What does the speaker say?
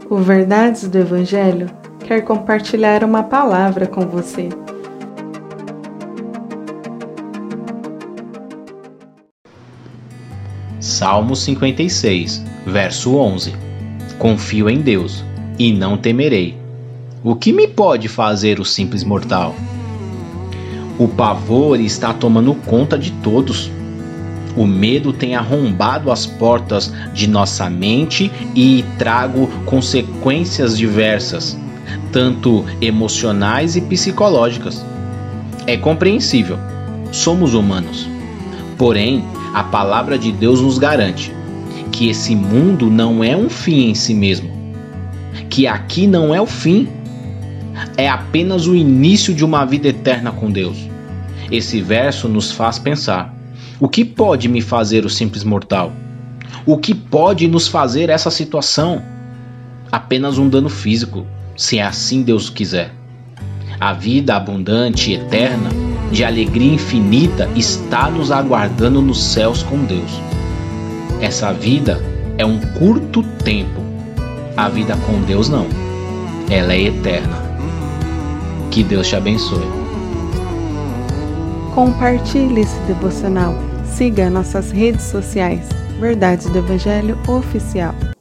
O Verdades do Evangelho quer compartilhar uma palavra com você. Salmo 56, verso 11. Confio em Deus e não temerei. O que me pode fazer o simples mortal? O pavor está tomando conta de todos. O medo tem arrombado as portas de nossa mente e trago consequências diversas, tanto emocionais e psicológicas. É compreensível, somos humanos. Porém, a palavra de Deus nos garante que esse mundo não é um fim em si mesmo, que aqui não é o fim, é apenas o início de uma vida eterna com Deus. Esse verso nos faz pensar: o que pode me fazer o simples mortal? O que pode nos fazer essa situação? Apenas um dano físico, se assim Deus quiser. A vida abundante e eterna, de alegria infinita, está nos aguardando nos céus com Deus. Essa vida é um curto tempo. A vida com Deus não. Ela é eterna. Que Deus te abençoe. Compartilhe esse devocional. Siga nossas redes sociais. Verdades do Evangelho Oficial.